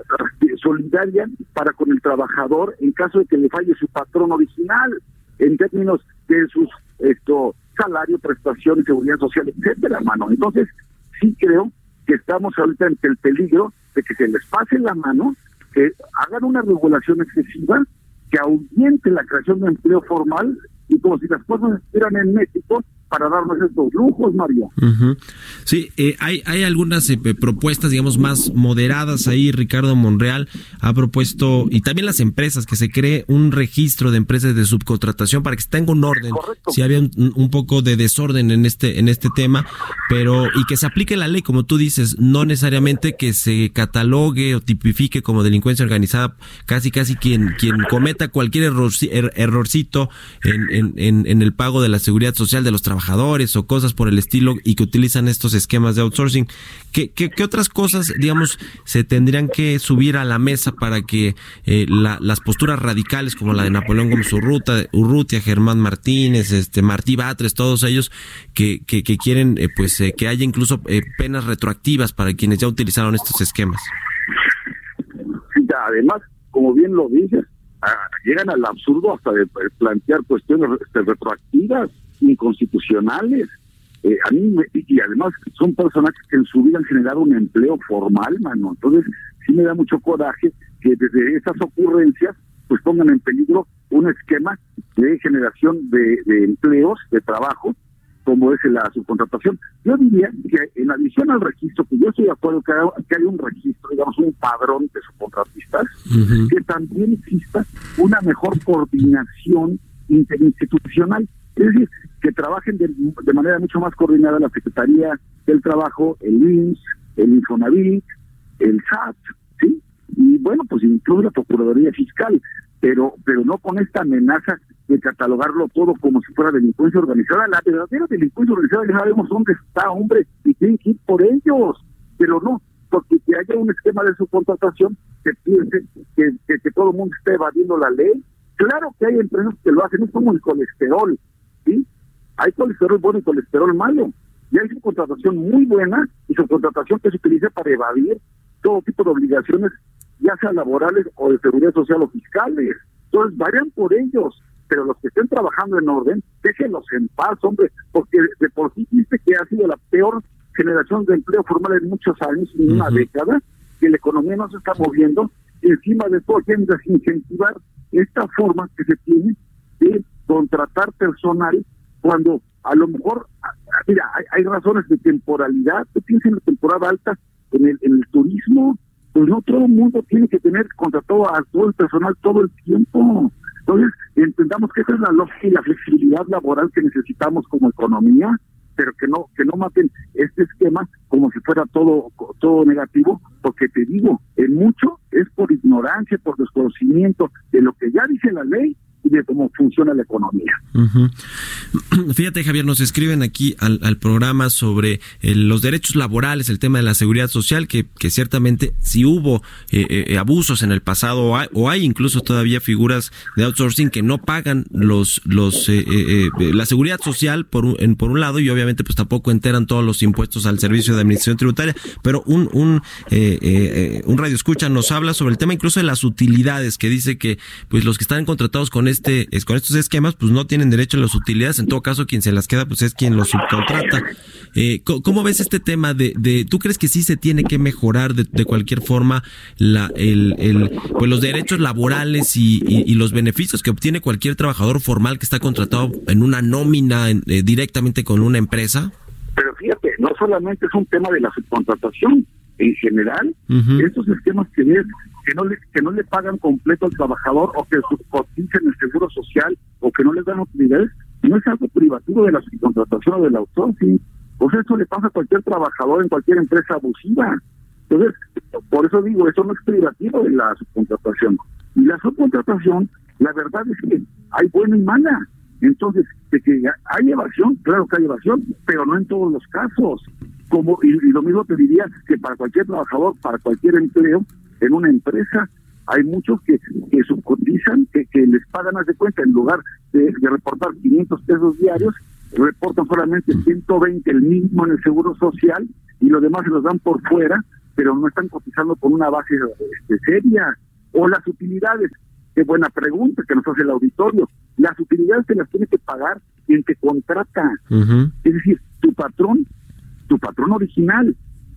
solidaria para con el trabajador en caso de que le falle su patrón original en términos de sus esto salario, prestaciones, seguridad social, etcétera, mano. Entonces, sí creo que estamos ahorita ante el peligro de que se les pase la mano, que hagan una regulación excesiva, que aumente la creación de empleo formal y como si las cosas estuvieran en México para darnos estos lujos, Mario. Uh-huh. Sí, eh, hay hay algunas eh, propuestas, digamos, más moderadas ahí. Ricardo Monreal ha propuesto, y también las empresas, que se cree un registro de empresas de subcontratación para que se tenga un orden. Si había un, un poco de desorden en este en este tema, pero y que se aplique la ley, como tú dices, no necesariamente que se catalogue o tipifique como delincuencia organizada casi casi quien quien cometa cualquier error, er, errorcito en, en, en, en el pago de la seguridad social de los trabajadores o cosas por el estilo, y que utilizan estos esquemas de outsourcing. ¿Qué, qué, qué otras cosas, digamos, se tendrían que subir a la mesa para que eh, la, las posturas radicales como la de Napoleón Gómez Urrutia, Urrutia Germán Martínez, este Martí Batres, todos ellos que, que, que quieren eh, pues eh, que haya incluso eh, penas retroactivas para quienes ya utilizaron estos esquemas? Sí, además, como bien lo dices, ah, llegan al absurdo hasta de plantear cuestiones retroactivas, inconstitucionales. Eh, a mí me, y además son personajes que en su vida han generado un empleo formal, mano. Entonces sí me da mucho coraje que desde esas ocurrencias pues pongan en peligro un esquema de generación de, de empleos, de trabajo, como es la subcontratación. Yo diría que en adición al registro, que yo estoy de acuerdo que haya, que haya un registro, digamos un padrón de subcontratistas, uh-huh. que también exista una mejor coordinación interinstitucional. Es decir, que trabajen de, de manera mucho más coordinada la Secretaría del Trabajo, el I M S S, el Infonavit, el S A T, ¿sí? Y bueno, pues incluso la Procuraduría Fiscal, pero pero no con esta amenaza de catalogarlo todo como si fuera delincuencia organizada. La verdadera delincuencia organizada ya sabemos dónde está, hombre, y tienen que ir por ellos, pero no, porque que haya un esquema de subcontratación que piense que, que, que todo el mundo esté evadiendo la ley. Claro que hay empresas que lo hacen, es como el colesterol, ¿sí? Hay colesterol bueno y colesterol malo, y hay subcontratación muy buena y subcontratación que se utiliza para evadir todo tipo de obligaciones, ya sea laborales o de seguridad social o fiscales. Entonces vayan por ellos, pero los que estén trabajando en orden, déjenlos en paz, hombre, porque de por sí dice que ha sido la peor generación de empleo formal en muchos años, en uh-huh. una década, que la economía no se está moviendo, y encima de todo quieren desincentivar esta forma que se tiene de contratar personal cuando a lo mejor, mira, hay, hay razones de temporalidad. Tú piensas en la temporada alta, en el, en el turismo, pues no todo el mundo tiene que tener contratado a todo el personal todo el tiempo. Entonces, entendamos que esa es la lógica y la flexibilidad laboral que necesitamos como economía, pero que no que no maten este esquema como si fuera todo todo negativo, porque te digo, en mucho es por ignorancia, por desconocimiento de lo que ya dice la ley y de cómo funciona la economía. Uh-huh. Fíjate, Javier, nos escriben aquí al, al programa sobre eh, los derechos laborales, el tema de la seguridad social, que, que ciertamente si hubo eh, eh, abusos en el pasado, o hay, o hay incluso todavía figuras de outsourcing que no pagan los los eh, eh, eh, la seguridad social por un, en, por un lado, y obviamente pues tampoco enteran todos los impuestos al Servicio de Administración Tributaria, pero un un eh, eh, un radioescucha nos habla sobre el tema incluso de las utilidades, que dice que pues los que están contratados con este con estos esquemas pues no tienen derecho a las utilidades. En todo caso, quien se las queda pues es quien los subcontrata. Eh, ¿Cómo ves este tema de, de tú crees que sí se tiene que mejorar de, de cualquier forma la el, el pues los derechos laborales y, y, y los beneficios que obtiene cualquier trabajador formal que está contratado en una nómina en, eh, directamente con una empresa? Pero fíjate, no solamente es un tema de la subcontratación, en general, uh-huh. estos esquemas que ves que no le que no le pagan completo al trabajador, o que subcotizan el seguro social, o que no les dan utilidades, no es algo privativo de la subcontratación o del outsourcing. O sea, eso le pasa a cualquier trabajador en cualquier empresa abusiva. Entonces, por eso digo, eso no es privativo de la subcontratación. Y la subcontratación, la verdad es que hay buena y mala. Entonces, de que hay evasión, claro que hay evasión, pero no en todos los casos. Como y, y lo mismo te diría que para cualquier trabajador, para cualquier empleo, en una empresa, hay muchos que, que subcotizan, que, que les pagan, haz de cuenta, en lugar de, de reportar quinientos pesos diarios, reportan solamente ciento veinte, el mínimo en el seguro social, y lo demás se los dan por fuera, pero no están cotizando con una base este, seria. O las utilidades, qué buena pregunta que nos hace el auditorio. Las utilidades se las tiene que pagar quien te contrata. Uh-huh. Es decir, tu patrón, tu patrón original.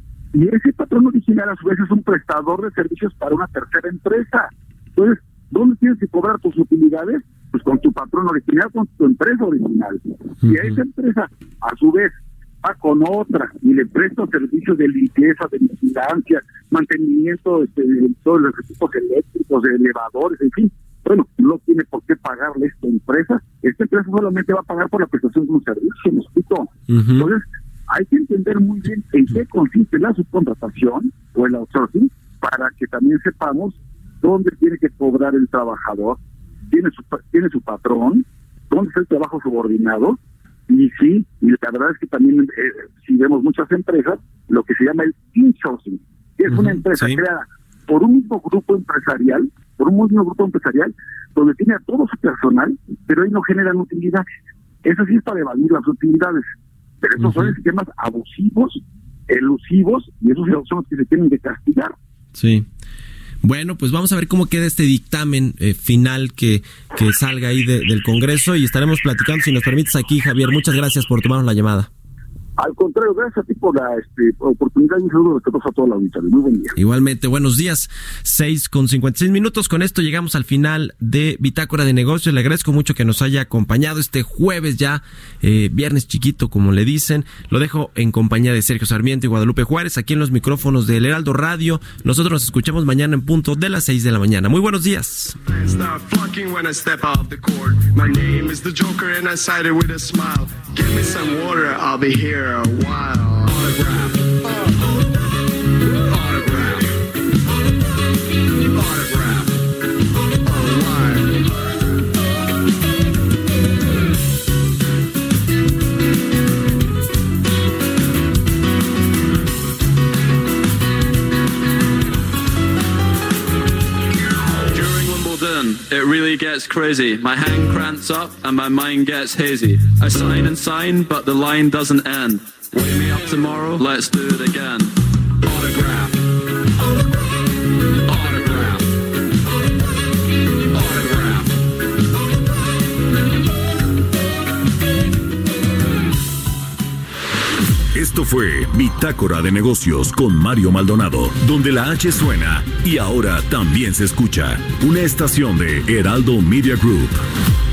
Y ese patrón original a su vez es un prestador de servicios para una tercera empresa. Entonces, ¿dónde tienes que cobrar tus utilidades? pues con tu patrón original, con tu empresa original. Uh-huh. Y a esa empresa, a su vez, va con otra y le presta servicios de limpieza, de vigilancia, mantenimiento este, de todos los equipos eléctricos, de elevadores, en fin. Bueno, no tiene por qué pagarle esta empresa. Esta empresa solamente va a pagar por la prestación de un servicio, ¿me explico? Uh-huh. Entonces, hay que entender muy bien en qué consiste la subcontratación o el outsourcing para que también sepamos dónde tiene que cobrar el trabajador, tiene su tiene su patrón, dónde está el trabajo subordinado. Y sí, y la verdad es que también eh, si vemos muchas empresas, lo que se llama el insourcing, que es uh-huh, una empresa sí. creada por un mismo grupo empresarial, por un mismo grupo empresarial, donde tiene a todo su personal, pero ahí no generan utilidades. Eso sí es para evadir las utilidades. Pero estos uh-huh. son esquemas abusivos, elusivos, y esos son los que se tienen que castigar. Sí. Bueno, pues vamos a ver cómo queda este dictamen eh, final que, que salga ahí de, del Congreso y estaremos platicando, si nos permites, aquí, Javier. Muchas gracias por tomarnos la llamada. Al contrario, gracias a ti por la este, oportunidad y un saludo respetuoso a toda la audiencia. Muy buen día. Igualmente, buenos días. seis con cincuenta y seis minutos. Con esto llegamos al final de Bitácora de Negocios. Le agradezco mucho que nos haya acompañado este jueves ya, eh, viernes chiquito, como le dicen. Lo dejo en compañía de Sergio Sarmiento y Guadalupe Juárez, aquí en los micrófonos del Heraldo Radio. Nosotros nos escuchamos mañana en punto de las seis de la mañana. Muy buenos días. Give me some water, I'll be here a while. Autograph. Autograph. Autograph. During Wimbledon, it really gets crazy. My hand cramps up and my mind gets hazy. I sign and sign, but the line doesn't end. Wake me up tomorrow, let's do it again. Autograph. Autograph. Autograph. Esto fue Bitácora de Negocios con Mario Maldonado, donde la H suena y ahora también se escucha. Una estación de Heraldo Media Group.